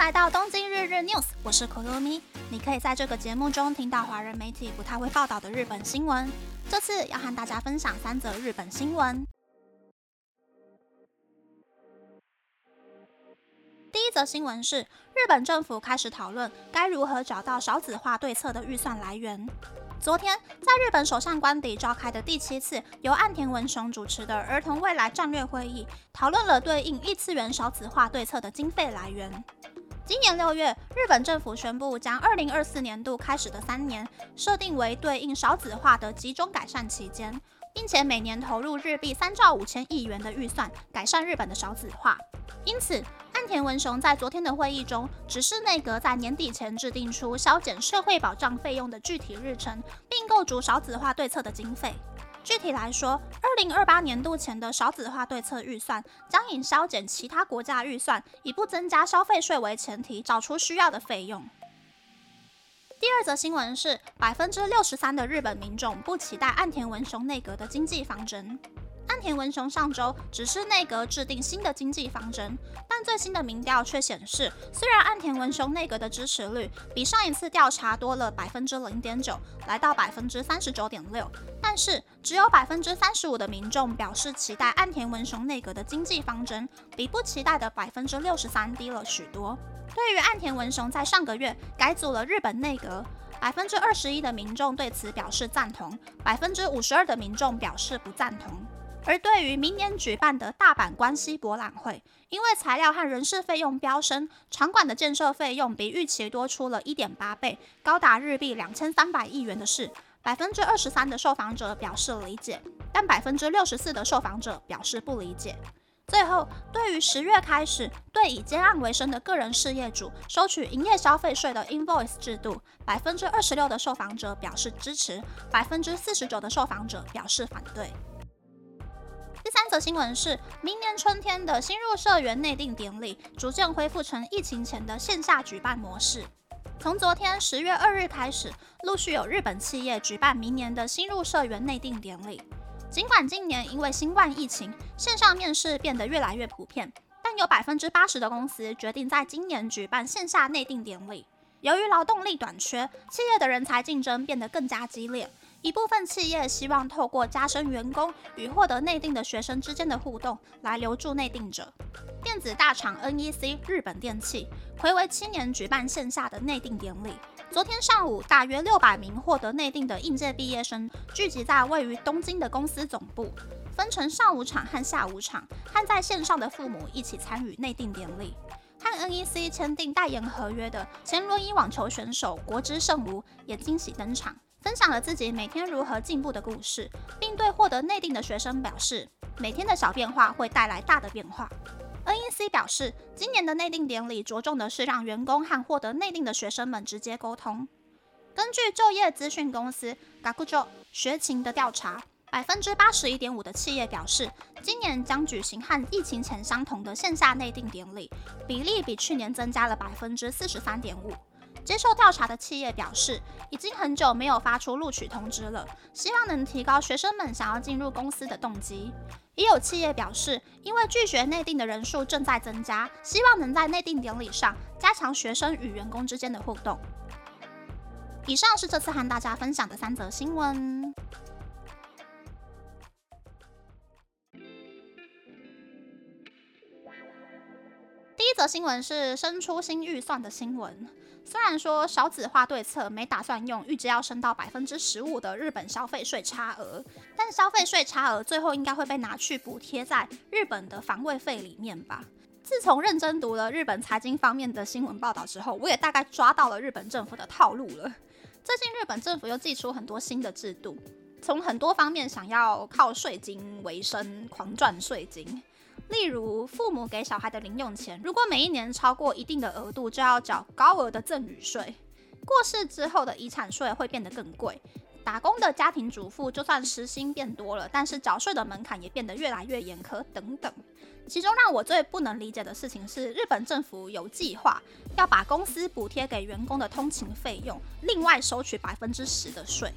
来到东京日日 News， 我是 Kurumi。你可以在这个节目中听到华人媒体不太会报道的日本新闻。这次要和大家分享3则日本新闻。第一则新闻是，日本政府开始讨论该如何找到少子化对策的预算来源。昨天，在日本首相官邸召开的第7次由岸田文雄主持的儿童未来战略会议，讨论了对应异次元少子化对策的经费来源。今年6月，日本政府宣布将2024年度开始的3年设定为对应少子化的集中改善期间，并且每年投入日币3兆5千亿元的预算改善日本的少子化。因此，岸田文雄在昨天的会议中指示内阁在年底前制定出削减社会保障费用的具体日程，并构筑少子化对策的经费。具体来说，2028年度前的少子化对策预算将以削减其他国家预算，以不增加消费税为前提，找出需要的费用。第二则新闻是，63%的日本民众不期待岸田文雄内阁的经济方针。岸田文雄上周指示内阁制定新的经济方针，但最新的民调却显示，虽然岸田文雄内阁的支持率比上一次调查多了 0.9%， 来到 39.6%， 但是只有 35% 的民众表示期待岸田文雄内阁的经济方针，比不期待的 63% 低了许多。对于岸田文雄在上个月改组了日本内阁，21% 的民众对此表示赞同， 52% 的民众表示不赞同。而对于明年举办的大阪关西博览会，因为材料和人事费用飙升，场馆的建设费用比预期多出了 1.8 倍，高达日币2300亿元的事，23% 的受访者表示理解，但 64% 的受访者表示不理解。最后，对于10月开始对以接案为生的个人事业主收取营业消费税的 invoice 制度，26% 的受访者表示支持， 49% 的受访者表示反对。第3则新闻是，明年春天的新入社员内定典礼逐渐恢复成疫情前的线下举办模式。从昨天10月2日开始，陆续有日本企业举办明年的新入社员内定典礼。尽管今年因为新冠疫情，线上面试变得越来越普遍，但有 80% 的公司决定在今年举办线下内定典礼。由于劳动力短缺，企业的人才竞争变得更加激烈。一部分企业希望透过加深员工与获得内定的学生之间的互动，来留住内定者。电子大厂 NEC 日本电器睽违7年举办线下的内定典礼。昨天上午，大约600名获得内定的应届毕业生聚集在位于东京的公司总部，分成上午场和下午场，和在线上的父母一起参与内定典礼。和 NEC 签订代言合约的前轮椅网球选手国枝慎吾也惊喜登场，分享了自己每天如何进步的故事，并对获得内定的学生表示，每天的小变化会带来大的变化。NEC 表示，今年的内定典礼着重的是让员工和获得内定的学生们直接沟通。根据就业资讯公司 Gakujo 学情的调查，81.5% 的企业表示，今年将举行和疫情前相同的线下内定典礼，比例比去年增加了 43.5%。接受调查的企业表示，已经很久没有发出录取通知了，希望能提高学生们想要进入公司的动机。也有企业表示，因为拒绝内定的人数正在增加，希望能在内定典礼上加强学生与员工之间的互动。以上是这次和大家分享的3则新闻。第一则新闻是生出新预算的新闻。虽然说少子化对策没打算用预计要升到 15% 的日本消费税差额，但消费税差额最后应该会被拿去补贴在日本的防卫费里面吧。自从认真读了日本财经方面的新闻报道之后，我也大概抓到了日本政府的套路了。最近日本政府又祭出很多新的制度，从很多方面想要靠税金为生，狂赚税金。例如，父母给小孩的零用钱，如果每一年超过一定的额度，就要缴高额的赠与税。过世之后的遗产税会变得更贵。打工的家庭主妇就算时薪变多了，但是缴税的门槛也变得越来越严苛等等。其中让我最不能理解的事情是，日本政府有计划要把公司补贴给员工的通勤费用另外收取 10% 的税。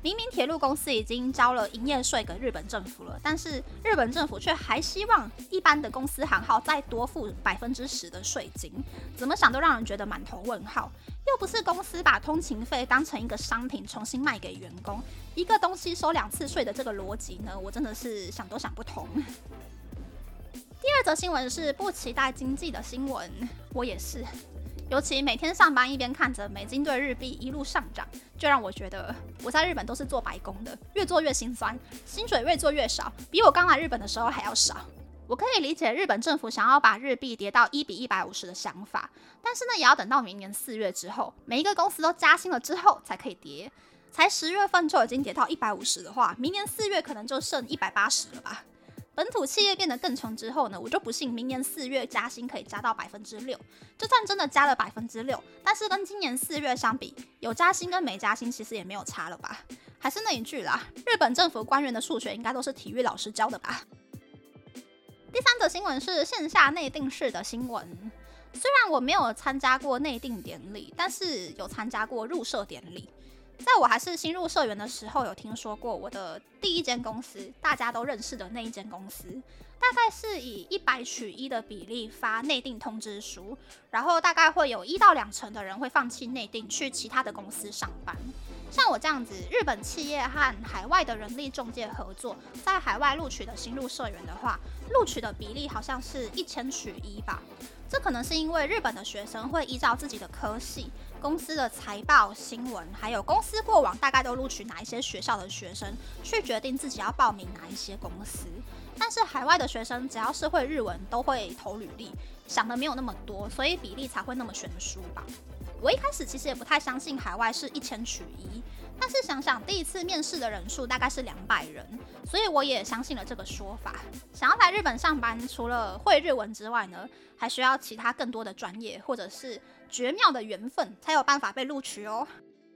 明明铁路公司已经交了营业税给日本政府了，但是日本政府却还希望一般的公司行号再多付10%的税金，怎么想都让人觉得满头问号。又不是公司把通勤费当成一个商品重新卖给员工，一个东西收2次税的这个逻辑呢，我真的是想都想不通。第二则新闻是不期待经济的新闻，我也是。尤其每天上班一边看着美金对日币一路上涨，就让我觉得我在日本都是做白工的，越做越心酸，薪水越做越少，比我刚来日本的时候还要少。我可以理解日本政府想要把日币跌到1:150的想法，但是呢，也要等到明年4月之后，每一个公司都加薪了之后才可以跌。才10月份就已经跌到150的话，明年4月可能就剩180了吧。本土企业变得更穷之后呢，我就不信明年4月加薪可以加到6%。就算真的加了6%，但是跟今年4月相比，有加薪跟没加薪其实也没有差了吧？还是那一句啦，日本政府官员的数学应该都是体育老师教的吧？第三则新闻是线下内定式的新闻。虽然我没有参加过内定典礼，但是有参加过入社典礼。在我还是新入社员的时候，有听说过我的第一间公司，大家都认识的那一间公司，大概是以100:1的比例发内定通知书，然后大概会有1到2成的人会放弃内定，去其他的公司上班。像我这样子，日本企业和海外的人力中介合作，在海外录取的新入社员的话，录取的比例好像是1000:1吧。这可能是因为日本的学生会依照自己的科系、公司的财报、新闻，还有公司过往大概都录取哪一些学校的学生，去决定自己要报名哪一些公司。但是海外的学生只要是会日文，都会投履历，想的没有那么多，所以比例才会那么悬殊吧。我一开始其实也不太相信海外是1000:1，但是想想第一次面试的人数大概是200人，所以我也相信了这个说法。想要来日本上班，除了会日文之外呢，还需要其他更多的专业或者是绝妙的缘分，才有办法被录取哦。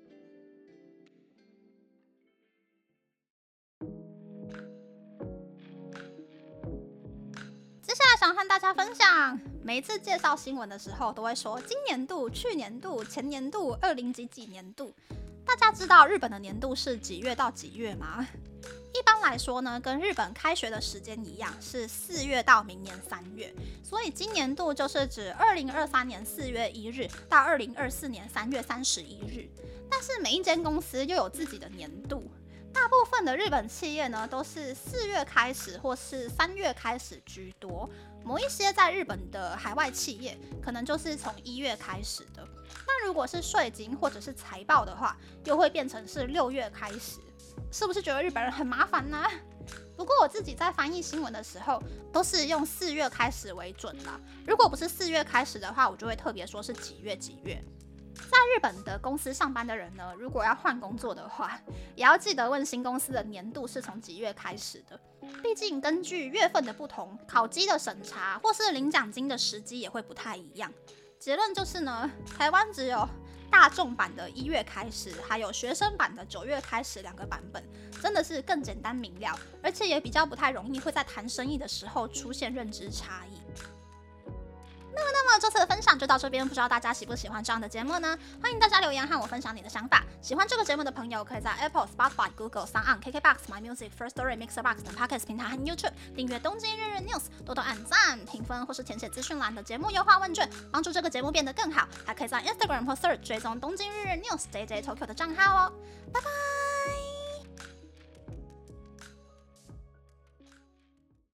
接下来想和大家分享，每一次介绍新闻的时候，都会说今年度、去年度、前年度、20几年度。大家知道日本的年度是几月到几月吗？一般来说呢，跟日本开学的时间一样，是4月到明年3月。所以今年度就是指2023年4月1日到2024年3月31日。但是每一间公司又有自己的年度。大部分的日本企业呢，都是4月开始或是3月开始居多。某一些在日本的海外企业，可能就是从1月开始的。那如果是税金或者是财报的话，又会变成是6月开始。是不是觉得日本人很麻烦呢？不过我自己在翻译新闻的时候，都是用4月开始为准啦。如果不是4月开始的话，我就会特别说是几月几月。在日本的公司上班的人呢，如果要换工作的话，也要记得问新公司的年度是从几月开始的。毕竟根据月份的不同，考绩的审查或是领奖金的时机也会不太一样。结论就是呢，台湾只有大众版的1月开始，还有学生版的9月开始2个版本，真的是更简单明了，而且也比较不太容易会在谈生意的时候出现认知差异。那么这次的分享就到这边，不知道大家喜不喜欢这样的节目呢？欢迎大家留言和我分享你的想法。喜欢这个节目的朋友，可以在 Apple、Spotify、Google、SoundOn、KKBox、MyMusic、Firstory、Mixerbox 平台和 YouTube 订阅东京日日 News， 多多按赞、评分或是填写资讯栏的节目优化问卷，帮助这个节目变得更好。还可以在 Instagram 或 Search 追踪东京日日 News JJ Tokyo 的账号哦。拜拜。